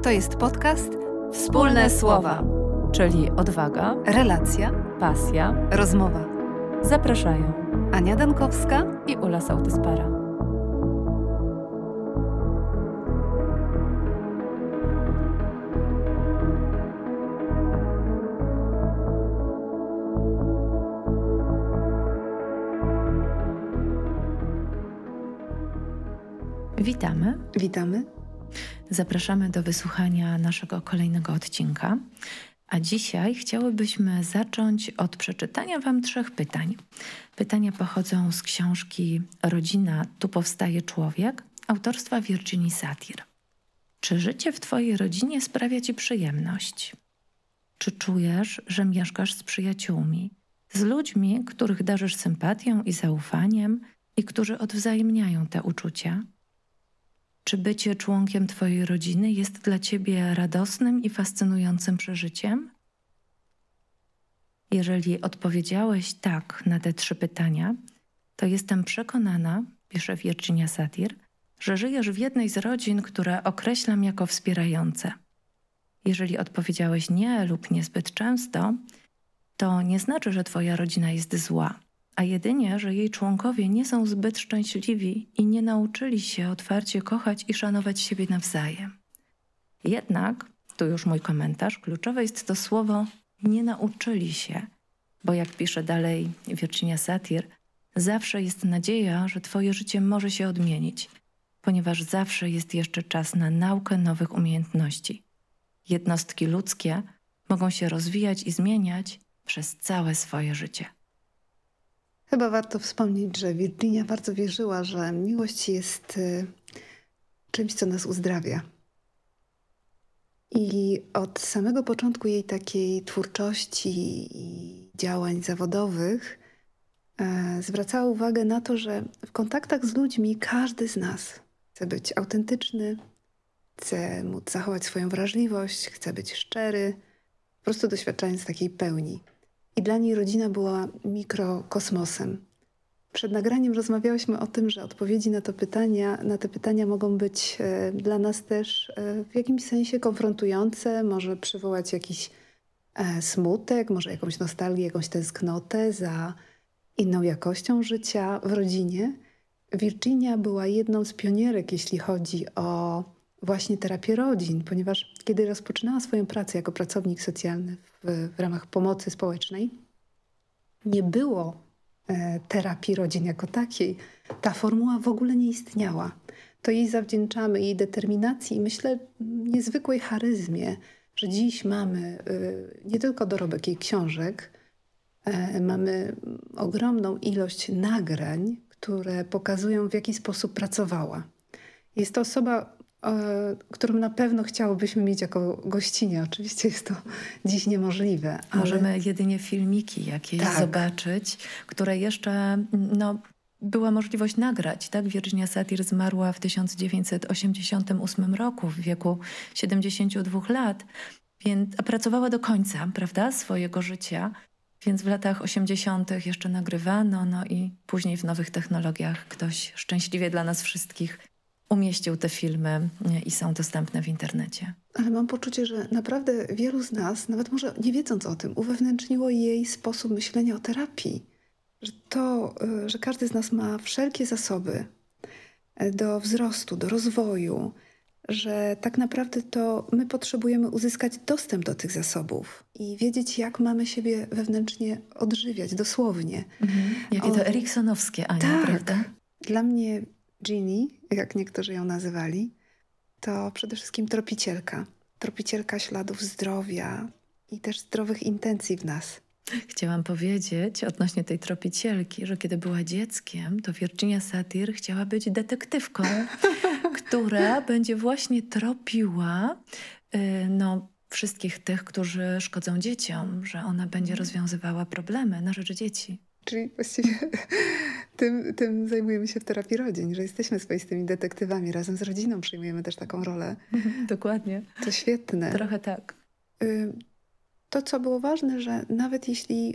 To jest podcast Wspólne Słowa, czyli odwaga, relacja, pasja, rozmowa. Zapraszają Ania Dankowska i Ula Sautyspara. Witamy. Witamy. Zapraszamy do wysłuchania naszego kolejnego odcinka. A dzisiaj chciałybyśmy zacząć od przeczytania Wam 3 pytań. Pytania pochodzą z książki Rodzina, tu powstaje człowiek, autorstwa Virginii Satir. Czy życie w Twojej rodzinie sprawia Ci przyjemność? Czy czujesz, że mieszkasz z przyjaciółmi, z ludźmi, których darzysz sympatią i zaufaniem i którzy odwzajemniają te uczucia? Czy bycie członkiem Twojej rodziny jest dla Ciebie radosnym i fascynującym przeżyciem? Jeżeli odpowiedziałeś tak na te 3 pytania, to jestem przekonana, pisze Virginia Satir, że żyjesz w jednej z rodzin, które określam jako wspierające. Jeżeli odpowiedziałeś nie lub niezbyt często, to nie znaczy, że Twoja rodzina jest zła, a jedynie, że jej członkowie nie są zbyt szczęśliwi i nie nauczyli się otwarcie kochać i szanować siebie nawzajem. Jednak, tu już mój komentarz, kluczowe jest to słowo nie nauczyli się, bo jak pisze dalej Virginia Satir, zawsze jest nadzieja, że Twoje życie może się odmienić, ponieważ zawsze jest jeszcze czas na naukę nowych umiejętności. Jednostki ludzkie mogą się rozwijać i zmieniać przez całe swoje życie. Chyba warto wspomnieć, że Virginia bardzo wierzyła, że miłość jest czymś, co nas uzdrawia. I od samego początku jej takiej twórczości i działań zawodowych zwracała uwagę na to, że w kontaktach z ludźmi każdy z nas chce być autentyczny, chce móc zachować swoją wrażliwość, chce być szczery, po prostu doświadczając takiej pełni. I dla niej rodzina była mikrokosmosem. Przed nagraniem rozmawiałyśmy o tym, że odpowiedzi na te pytania mogą być dla nas też w jakimś sensie konfrontujące, może przywołać jakiś smutek, może jakąś nostalgię, jakąś tęsknotę za inną jakością życia w rodzinie. Virginia była jedną z pionierek, jeśli chodzi o właśnie terapię rodzin, ponieważ kiedy rozpoczynała swoją pracę jako pracownik socjalny w ramach pomocy społecznej, nie było terapii rodzin jako takiej. Ta formuła w ogóle nie istniała. To jej zawdzięczamy, jej determinacji i myślę niezwykłej charyzmie, że dziś mamy nie tylko dorobek jej książek, mamy ogromną ilość nagrań, które pokazują, w jaki sposób pracowała. Jest to osoba, którą na pewno chciałobyśmy mieć jako gościnię. Oczywiście jest to dziś niemożliwe. Ale... Możemy jedynie filmiki jakieś zobaczyć, które jeszcze była możliwość nagrać. Tak? Virginia Satir zmarła w 1988 roku w wieku 72 lat, a pracowała do końca, prawda, swojego życia. Więc w latach 80. jeszcze nagrywano, i później w nowych technologiach ktoś szczęśliwie dla nas wszystkich umieścił te filmy i są dostępne w internecie. Ale mam poczucie, że naprawdę wielu z nas, nawet może nie wiedząc o tym, uwewnętrzniło jej sposób myślenia o terapii. Że każdy z nas ma wszelkie zasoby do wzrostu, do rozwoju, że tak naprawdę to my potrzebujemy uzyskać dostęp do tych zasobów i wiedzieć, jak mamy siebie wewnętrznie odżywiać, dosłownie. Jakie to eriksonowskie, Ania, tak. Prawda? Dla mnie Ginny, jak niektórzy ją nazywali, to przede wszystkim tropicielka. Tropicielka śladów zdrowia i też zdrowych intencji w nas. Chciałam powiedzieć odnośnie tej tropicielki, że kiedy była dzieckiem, to Virginia Satir chciała być detektywką, która będzie właśnie tropiła wszystkich tych, którzy szkodzą dzieciom, że ona będzie rozwiązywała problemy na rzecz dzieci. Czyli właściwie tym zajmujemy się w terapii rodzin, że jesteśmy swoistymi detektywami. Razem z rodziną przyjmujemy też taką rolę. Dokładnie. To świetne. Trochę tak. To, co było ważne, że nawet jeśli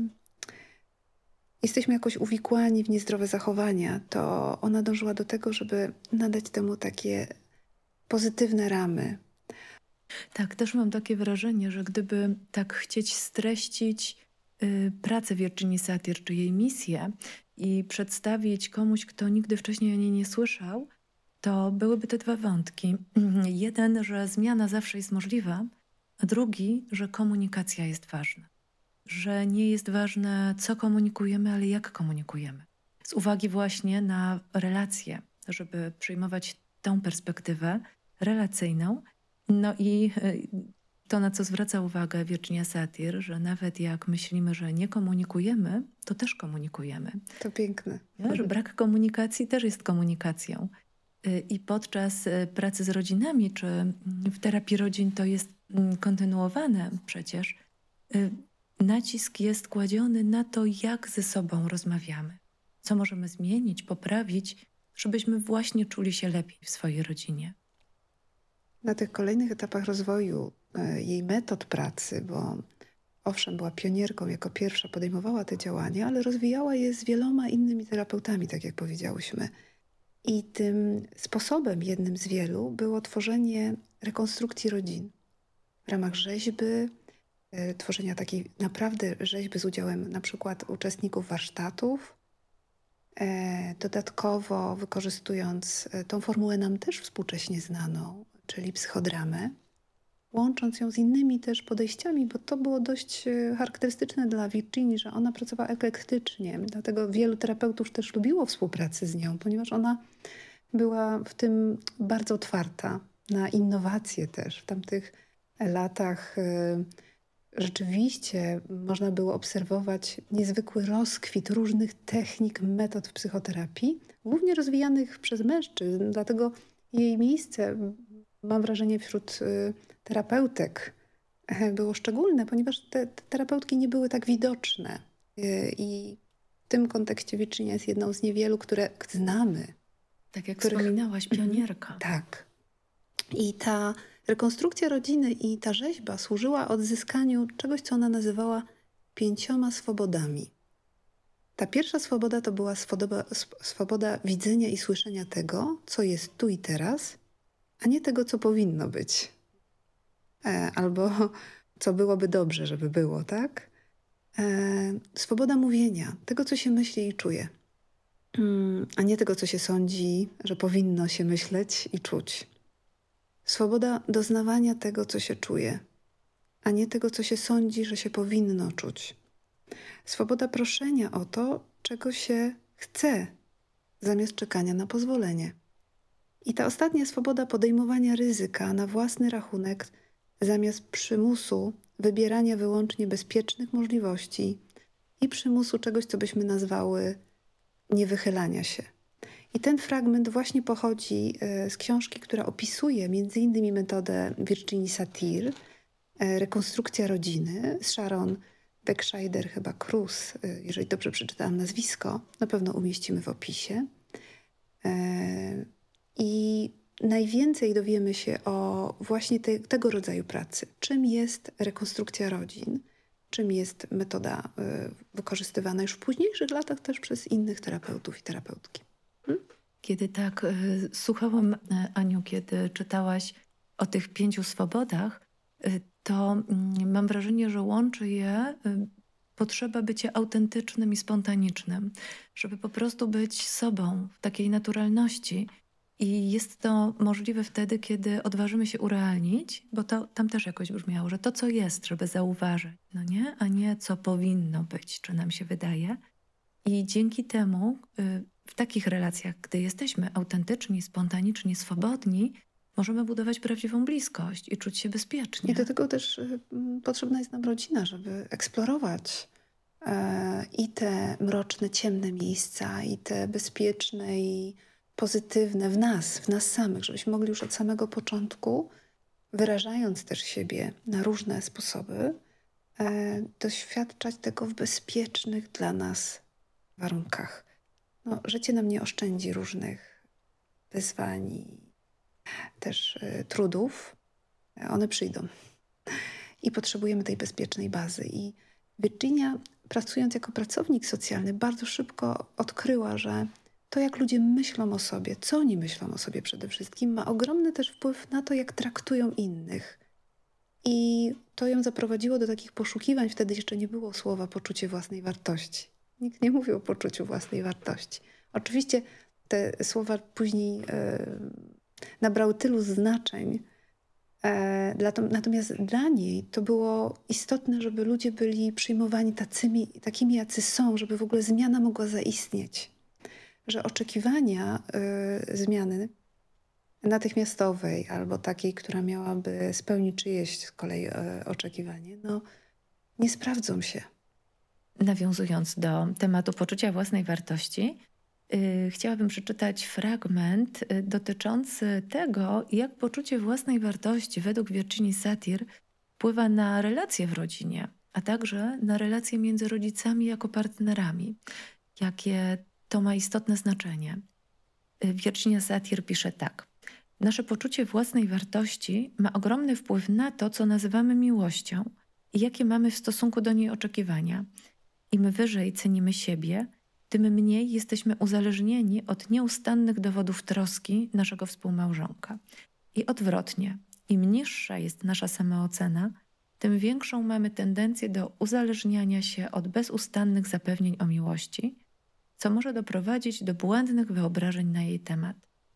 jesteśmy jakoś uwikłani w niezdrowe zachowania, to ona dążyła do tego, żeby nadać temu takie pozytywne ramy. Tak, też mam takie wrażenie, że gdyby tak chcieć streścić pracę Virginii Satir, czy jej misję i przedstawić komuś, kto nigdy wcześniej o niej nie słyszał, to byłyby te dwa wątki. Jeden, że zmiana zawsze jest możliwa, a drugi, że komunikacja jest ważna. Że nie jest ważne, co komunikujemy, ale jak komunikujemy. Z uwagi właśnie na relacje, żeby przyjmować tę perspektywę relacyjną. No i to, na co zwraca uwagę Virginia Satir, że nawet jak myślimy, że nie komunikujemy, to też komunikujemy. To piękne. Ja, że brak komunikacji też jest komunikacją. I podczas pracy z rodzinami, czy w terapii rodzin to jest kontynuowane przecież, nacisk jest kładziony na to, jak ze sobą rozmawiamy. Co możemy zmienić, poprawić, żebyśmy właśnie czuli się lepiej w swojej rodzinie. Na tych kolejnych etapach rozwoju jej metod pracy, bo owszem, była pionierką, jako pierwsza podejmowała te działania, ale rozwijała je z wieloma innymi terapeutami, tak jak powiedziałyśmy. I tym sposobem, jednym z wielu, było tworzenie rekonstrukcji rodzin w ramach rzeźby, tworzenia takiej naprawdę rzeźby z udziałem na przykład uczestników warsztatów, dodatkowo wykorzystując tą formułę nam też współcześnie znaną, czyli psychodramę, łącząc ją z innymi też podejściami, bo to było dość charakterystyczne dla Virginii, że ona pracowała eklektycznie. Dlatego wielu terapeutów też lubiło współpracę z nią, ponieważ ona była w tym bardzo otwarta na innowacje też. W tamtych latach rzeczywiście można było obserwować niezwykły rozkwit różnych technik, metod w psychoterapii, głównie rozwijanych przez mężczyzn. Dlatego jej miejsce, mam wrażenie, wśród terapeutek było szczególne, ponieważ te terapeutki nie były tak widoczne. I w tym kontekście Virginia jest jedną z niewielu, które znamy. Tak jak wspominałaś, pionierka. Tak. I ta rekonstrukcja rodziny i ta rzeźba służyła odzyskaniu czegoś, co ona nazywała 5 swobodami. Ta pierwsza swoboda to była swoboda widzenia i słyszenia tego, co jest tu i teraz, a nie tego, co powinno być. Albo co byłoby dobrze, żeby było, tak? Swoboda mówienia, tego, co się myśli i czuje, a nie tego, co się sądzi, że powinno się myśleć i czuć. Swoboda doznawania tego, co się czuje, a nie tego, co się sądzi, że się powinno czuć. Swoboda proszenia o to, czego się chce, zamiast czekania na pozwolenie. I ta ostatnia swoboda podejmowania ryzyka na własny rachunek, zamiast przymusu wybierania wyłącznie bezpiecznych możliwości i przymusu czegoś, co byśmy nazwały niewychylania się. I ten fragment właśnie pochodzi z książki, która opisuje m.in. metodę Virginii Satir, rekonstrukcja rodziny, z Sharon Beckscheider, chyba Cruz, jeżeli dobrze przeczytałam nazwisko, na pewno umieścimy w opisie. I najwięcej dowiemy się o właśnie tego rodzaju pracy. Czym jest rekonstrukcja rodzin, czym jest metoda wykorzystywana już w późniejszych latach też przez innych terapeutów i terapeutki. Kiedy tak słuchałam, Aniu, kiedy czytałaś o tych 5 swobodach, to mam wrażenie, że łączy je potrzeba bycia autentycznym i spontanicznym, żeby po prostu być sobą w takiej naturalności. I jest to możliwe wtedy, kiedy odważymy się urealnić, bo to tam też jakoś brzmiało, że to, co jest, żeby zauważyć, no nie? A nie co powinno być, czy nam się wydaje. I dzięki temu w takich relacjach, gdy jesteśmy autentyczni, spontaniczni, swobodni, możemy budować prawdziwą bliskość i czuć się bezpiecznie. I do tego też potrzebna jest nam rodzina, żeby eksplorować i te mroczne, ciemne miejsca, i te bezpieczne i pozytywne w nas samych, żebyśmy mogli już od samego początku, wyrażając też siebie na różne sposoby, doświadczać tego w bezpiecznych dla nas warunkach. No, życie nam nie oszczędzi różnych wyzwań i też trudów. One przyjdą. I potrzebujemy tej bezpiecznej bazy. I Virginia, pracując jako pracownik socjalny, bardzo szybko odkryła, że to, jak ludzie myślą o sobie, co oni myślą o sobie przede wszystkim, ma ogromny też wpływ na to, jak traktują innych. I to ją zaprowadziło do takich poszukiwań. Wtedy jeszcze nie było słowa poczucie własnej wartości. Nikt nie mówił o poczuciu własnej wartości. Oczywiście te słowa później nabrały tylu znaczeń. Natomiast dla niej to było istotne, żeby ludzie byli przyjmowani takimi, jacy są, żeby w ogóle zmiana mogła zaistnieć. Że oczekiwania zmiany natychmiastowej albo takiej, która miałaby spełnić czyjeś z kolei oczekiwanie, nie sprawdzą się. Nawiązując do tematu poczucia własnej wartości, chciałabym przeczytać fragment dotyczący tego, jak poczucie własnej wartości według Virginii Satir wpływa na relacje w rodzinie, a także na relacje między rodzicami jako partnerami. Jakie to ma istotne znaczenie. Virginia Satir pisze tak. Nasze poczucie własnej wartości ma ogromny wpływ na to, co nazywamy miłością i jakie mamy w stosunku do niej oczekiwania. Im wyżej cenimy siebie, tym mniej jesteśmy uzależnieni od nieustannych dowodów troski naszego współmałżonka. I odwrotnie, im niższa jest nasza samoocena, tym większą mamy tendencję do uzależniania się od bezustannych zapewnień o miłości, co może doprowadzić do błędnych wyobrażeń na jej temat.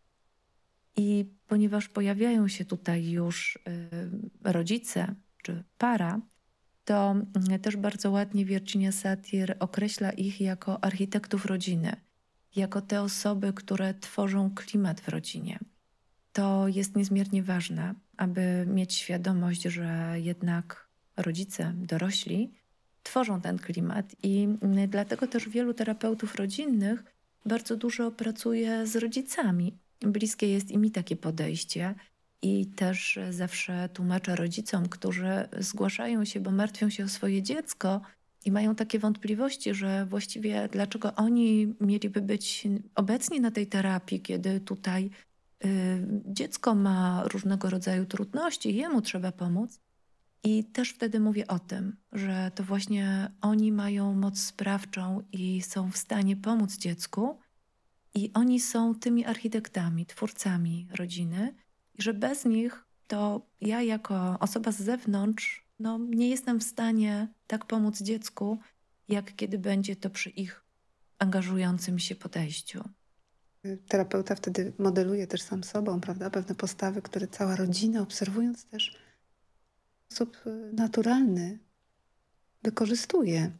I ponieważ pojawiają się tutaj już rodzice czy para, to też bardzo ładnie Virginia Satir określa ich jako architektów rodziny, jako te osoby, które tworzą klimat w rodzinie. To jest niezmiernie ważne, aby mieć świadomość, że jednak rodzice, dorośli, tworzą ten klimat i dlatego też wielu terapeutów rodzinnych bardzo dużo pracuje z rodzicami. Bliskie jest im takie podejście i też zawsze tłumaczę rodzicom, którzy zgłaszają się, bo martwią się o swoje dziecko i mają takie wątpliwości, że właściwie dlaczego oni mieliby być obecni na tej terapii, kiedy tutaj dziecko ma różnego rodzaju trudności i jemu trzeba pomóc. I też wtedy mówię o tym, że to właśnie oni mają moc sprawczą i są w stanie pomóc dziecku i oni są tymi architektami, twórcami rodziny i że bez nich to ja jako osoba z zewnątrz nie jestem w stanie tak pomóc dziecku, jak kiedy będzie to przy ich angażującym się podejściu. Terapeuta wtedy modeluje też sam sobą, prawda? Pewne postawy, które cała rodzina, obserwując też w sposób naturalny, wykorzystuje.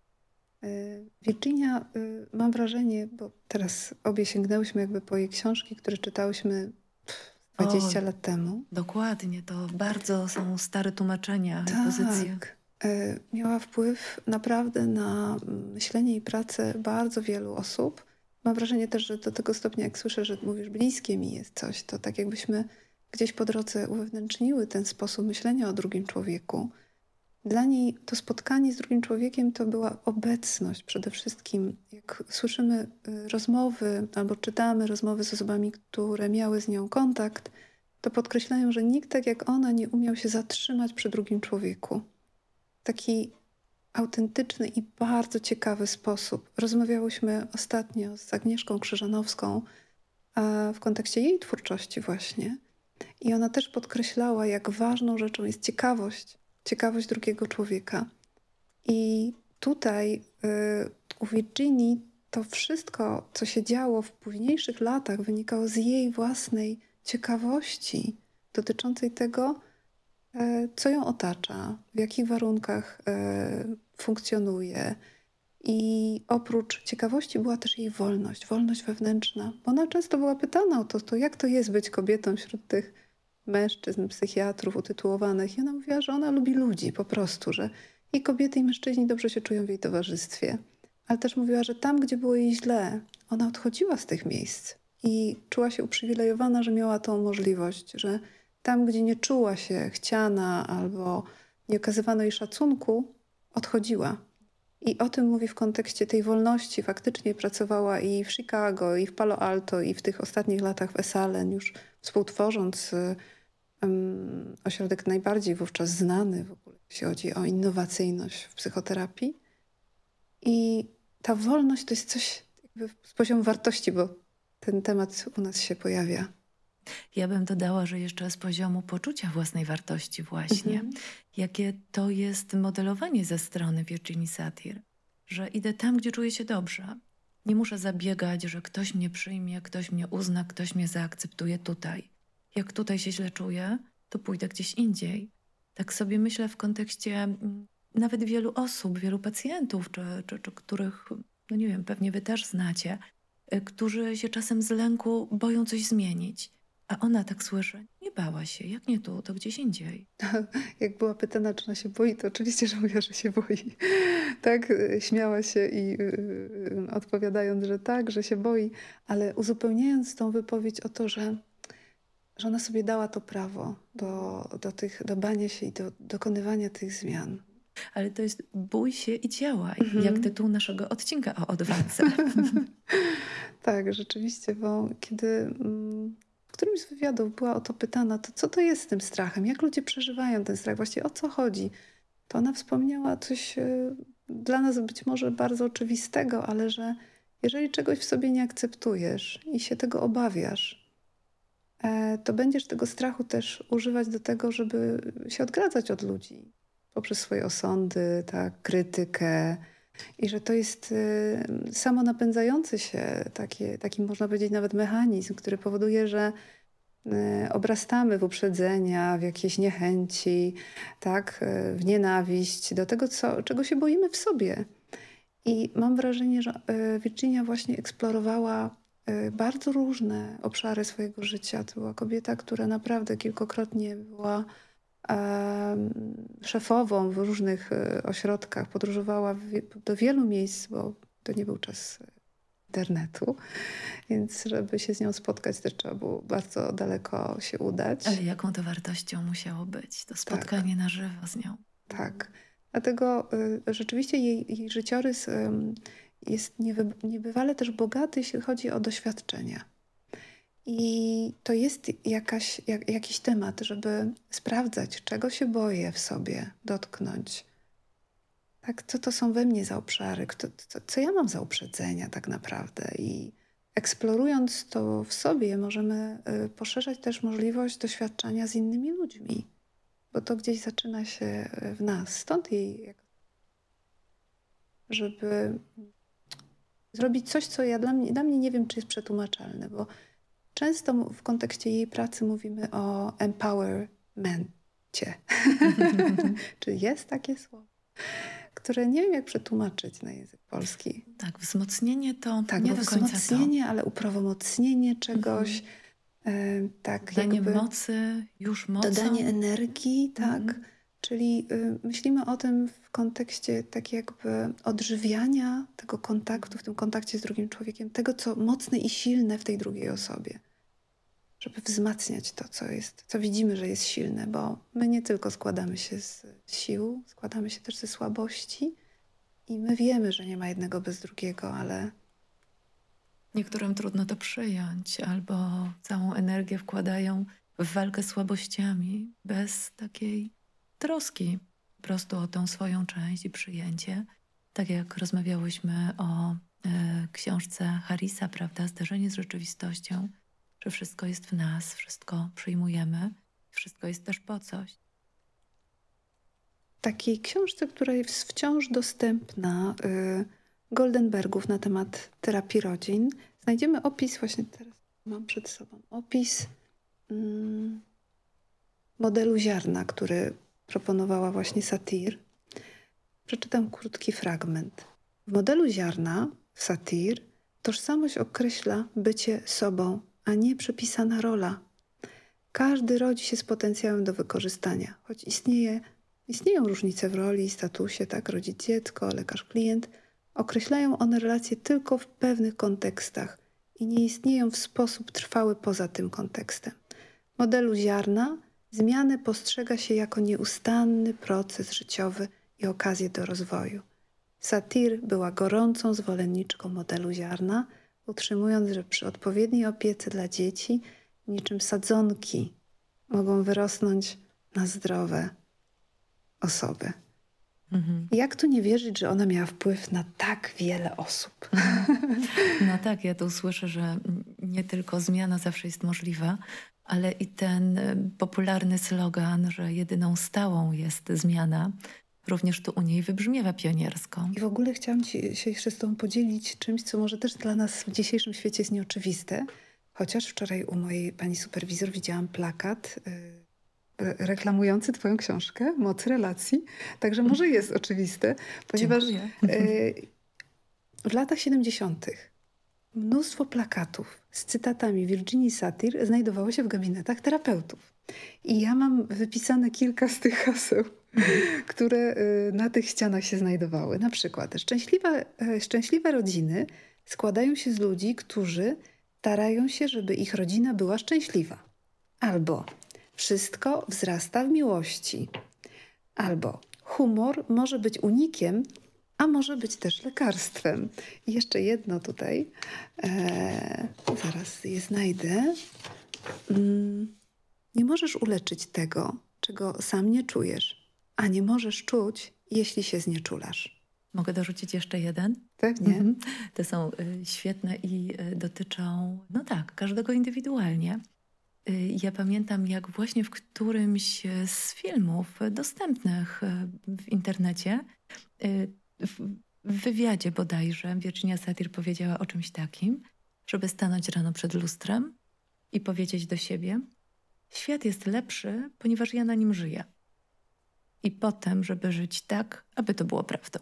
Virginia, mam wrażenie, bo teraz obie sięgnęłyśmy jakby po jej książki, które czytałyśmy 20 lat temu. Dokładnie, to bardzo są stare tłumaczenia i pozycje. Miała wpływ naprawdę na myślenie i pracę bardzo wielu osób. Mam wrażenie też, że do tego stopnia, jak słyszę, że mówisz, bliskie mi jest coś, to tak jakbyśmy gdzieś po drodze uwewnętrzniły ten sposób myślenia o drugim człowieku. Dla niej to spotkanie z drugim człowiekiem to była obecność przede wszystkim. Jak słyszymy rozmowy albo czytamy rozmowy z osobami, które miały z nią kontakt, to podkreślają, że nikt tak jak ona nie umiał się zatrzymać przy drugim człowieku. Taki autentyczny i bardzo ciekawy sposób. Rozmawiałyśmy ostatnio z Agnieszką Krzyżanowską w kontekście jej twórczości właśnie. I ona też podkreślała, jak ważną rzeczą jest ciekawość drugiego człowieka. I tutaj u Virginii to wszystko, co się działo w późniejszych latach, wynikało z jej własnej ciekawości dotyczącej tego, co ją otacza, w jakich warunkach funkcjonuje. I oprócz ciekawości była też jej wolność wewnętrzna. Ona często była pytana o to jak to jest być kobietą wśród tych mężczyzn, psychiatrów utytułowanych. I ona mówiła, że ona lubi ludzi po prostu, że i kobiety, i mężczyźni dobrze się czują w jej towarzystwie. Ale też mówiła, że tam, gdzie było jej źle, ona odchodziła z tych miejsc i czuła się uprzywilejowana, że miała tą możliwość, że tam, gdzie nie czuła się chciana albo nie okazywano jej szacunku, odchodziła. I o tym mówi w kontekście tej wolności. Faktycznie pracowała i w Chicago, i w Palo Alto, i w tych ostatnich latach w Esalen, już współtworząc ośrodek najbardziej wówczas znany w ogóle, jeśli chodzi o innowacyjność w psychoterapii. I ta wolność to jest coś jakby z poziomu wartości, bo ten temat u nas się pojawia. Ja bym dodała, że jeszcze z poziomu poczucia własnej wartości właśnie, jakie to jest modelowanie ze strony Virginii Satir, że idę tam, gdzie czuję się dobrze. Nie muszę zabiegać, że ktoś mnie przyjmie, ktoś mnie uzna, ktoś mnie zaakceptuje tutaj. Jak tutaj się źle czuję, to pójdę gdzieś indziej. Tak sobie myślę w kontekście nawet wielu osób, wielu pacjentów, czy których, no nie wiem, pewnie wy też znacie, którzy się czasem z lęku boją coś zmienić. A ona tak słyszy, nie bała się, jak nie tu, to gdzieś indziej. Jak była pytana, czy ona się boi, to oczywiście, że mówiła, że się boi. Tak, śmiała się i odpowiadając, że tak, że się boi, ale uzupełniając tą wypowiedź o to, że ona sobie dała to prawo do bania się i do dokonywania tych zmian. Ale to jest bój się i działaj, jak tytuł naszego odcinka o odwadze. Tak, rzeczywiście, bo kiedy w którymś z wywiadów była o to pytana, to co to jest z tym strachem? Jak ludzie przeżywają ten strach? Właściwie o co chodzi? To ona wspomniała coś dla nas być może bardzo oczywistego, ale że jeżeli czegoś w sobie nie akceptujesz i się tego obawiasz, to będziesz tego strachu też używać do tego, żeby się odgradzać od ludzi poprzez swoje osądy, tak, krytykę. I że to jest samonapędzający się taki można powiedzieć nawet mechanizm, który powoduje, że obrastamy w uprzedzenia, w jakieś niechęci, tak, w nienawiść do tego, czego się boimy w sobie. I mam wrażenie, że Virginia właśnie eksplorowała bardzo różne obszary swojego życia. To była kobieta, która naprawdę kilkakrotnie była szefową w różnych ośrodkach, podróżowała do wielu miejsc, bo to nie był czas internetu, więc żeby się z nią spotkać, też trzeba było bardzo daleko się udać. Ale jaką to wartością musiało być, to spotkanie na żywo z nią. Tak. Dlatego rzeczywiście jej życiorys jest niebywale też bogaty, jeśli chodzi o doświadczenia. I to jest jakiś temat, żeby sprawdzać, czego się boję w sobie, dotknąć. Tak, co to są we mnie za obszary, co ja mam za uprzedzenia tak naprawdę. I eksplorując to w sobie, możemy poszerzać też możliwość doświadczania z innymi ludźmi. Bo to gdzieś zaczyna się w nas. Stąd żeby zrobić coś, co dla mnie nie wiem, czy jest przetłumaczalne, bo często w kontekście jej pracy mówimy o empowermencie. Czy jest takie słowo? Które nie wiem, jak przetłumaczyć na język polski. Tak, wzmocnienie to tak, nie bo do końca wzmocnienie, ale uprawomocnienie czegoś. Dodanie mocy, już mocą. Dodanie energii, tak. Czyli myślimy o tym w kontekście tak jakby odżywiania tego kontaktu, w tym kontakcie z drugim człowiekiem, tego, co mocne i silne w tej drugiej osobie. Żeby wzmacniać to, co widzimy, że jest silne, bo my nie tylko składamy się z sił, składamy się też ze słabości i my wiemy, że nie ma jednego bez drugiego, ale niektórym trudno to przyjąć, albo całą energię wkładają w walkę z słabościami, bez takiej troski po prostu o tą swoją część i przyjęcie. Tak jak rozmawiałyśmy o książce Harrisa, prawda, Zderzenie z rzeczywistością, że wszystko jest w nas, wszystko przyjmujemy, wszystko jest też po coś. W takiej książce, która jest wciąż dostępna, Goldenbergów na temat terapii rodzin, znajdziemy opis, właśnie teraz mam przed sobą, opis modelu ziarna, który proponowała właśnie Satir. Przeczytam krótki fragment. W modelu ziarna Satir tożsamość określa bycie sobą, a nie przypisana rola. Każdy rodzi się z potencjałem do wykorzystania, choć istnieją różnice w roli i statusie, tak, rodzic-dziecko, lekarz-klient, określają one relacje tylko w pewnych kontekstach i nie istnieją w sposób trwały poza tym kontekstem. W modelu ziarna zmiany postrzega się jako nieustanny proces życiowy i okazję do rozwoju. Satir była gorącą zwolenniczką modelu ziarna, utrzymując, że przy odpowiedniej opiece dla dzieci niczym sadzonki mogą wyrosnąć na zdrowe osoby. Jak tu nie wierzyć, że ona miała wpływ na tak wiele osób? No tak, ja tu słyszę, że nie tylko zmiana zawsze jest możliwa, ale i ten popularny slogan, że jedyną stałą jest zmiana, również tu u niej wybrzmiewa pioniersko. I w ogóle chciałam się jeszcze z Tobą podzielić czymś, co może też dla nas w dzisiejszym świecie jest nieoczywiste. Chociaż wczoraj u mojej pani superwizor widziałam plakat reklamujący Twoją książkę Moc relacji. Także może jest oczywiste, ponieważ w latach 70. mnóstwo plakatów z cytatami Virginii Satir znajdowało się w gabinetach terapeutów. I ja mam wypisane kilka z tych haseł, które na tych ścianach się znajdowały. Na przykład szczęśliwe rodziny składają się z ludzi, którzy starają się, żeby ich rodzina była szczęśliwa. Albo wszystko wzrasta w miłości. Albo humor może być unikiem, a może być też lekarstwem. I jeszcze jedno tutaj. Zaraz je znajdę. Nie możesz uleczyć tego, czego sam nie czujesz, a nie możesz czuć, jeśli się znieczulasz. Mogę dorzucić jeszcze jeden? Pewnie. Te są świetne i dotyczą, no tak, każdego indywidualnie. Ja pamiętam, jak właśnie w którymś z filmów dostępnych w internecie, w wywiadzie bodajże, Virginia Satir powiedziała o czymś takim, żeby stanąć rano przed lustrem i powiedzieć do siebie: świat jest lepszy, ponieważ ja na nim żyję. I potem, żeby żyć tak, aby to było prawdą.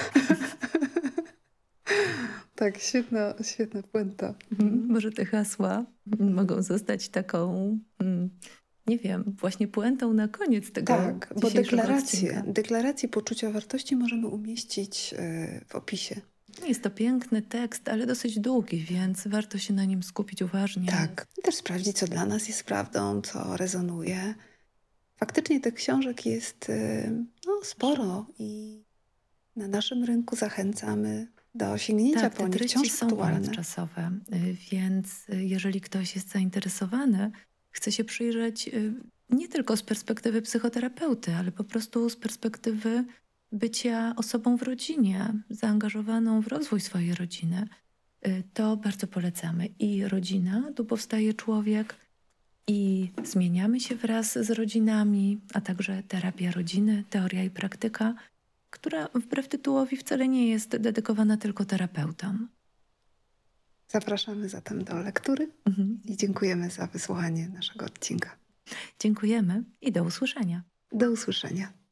Tak, świetna puenta. Może te hasła mogą zostać taką, nie wiem, właśnie puentą na koniec tego Tak, bo odcinka. deklarację poczucia wartości możemy umieścić w opisie. Jest to piękny tekst, ale dosyć długi, więc warto się na nim skupić uważnie. Tak, i też sprawdzić, co dla nas jest prawdą, co rezonuje. Faktycznie tych książek jest sporo i na naszym rynku zachęcamy do sięgnięcia po nie. Wciąż są ponadczasowe, więc jeżeli ktoś jest zainteresowany, chce się przyjrzeć nie tylko z perspektywy psychoterapeuty, ale po prostu z perspektywy bycia osobą w rodzinie, zaangażowaną w rozwój swojej rodziny, to bardzo polecamy. I rodzina, tu powstaje człowiek, i zmieniamy się wraz z rodzinami, a także terapia rodziny, teoria i praktyka, która wbrew tytułowi wcale nie jest dedykowana tylko terapeutom. Zapraszamy zatem do lektury i dziękujemy za wysłuchanie naszego odcinka. Dziękujemy i do usłyszenia. Do usłyszenia.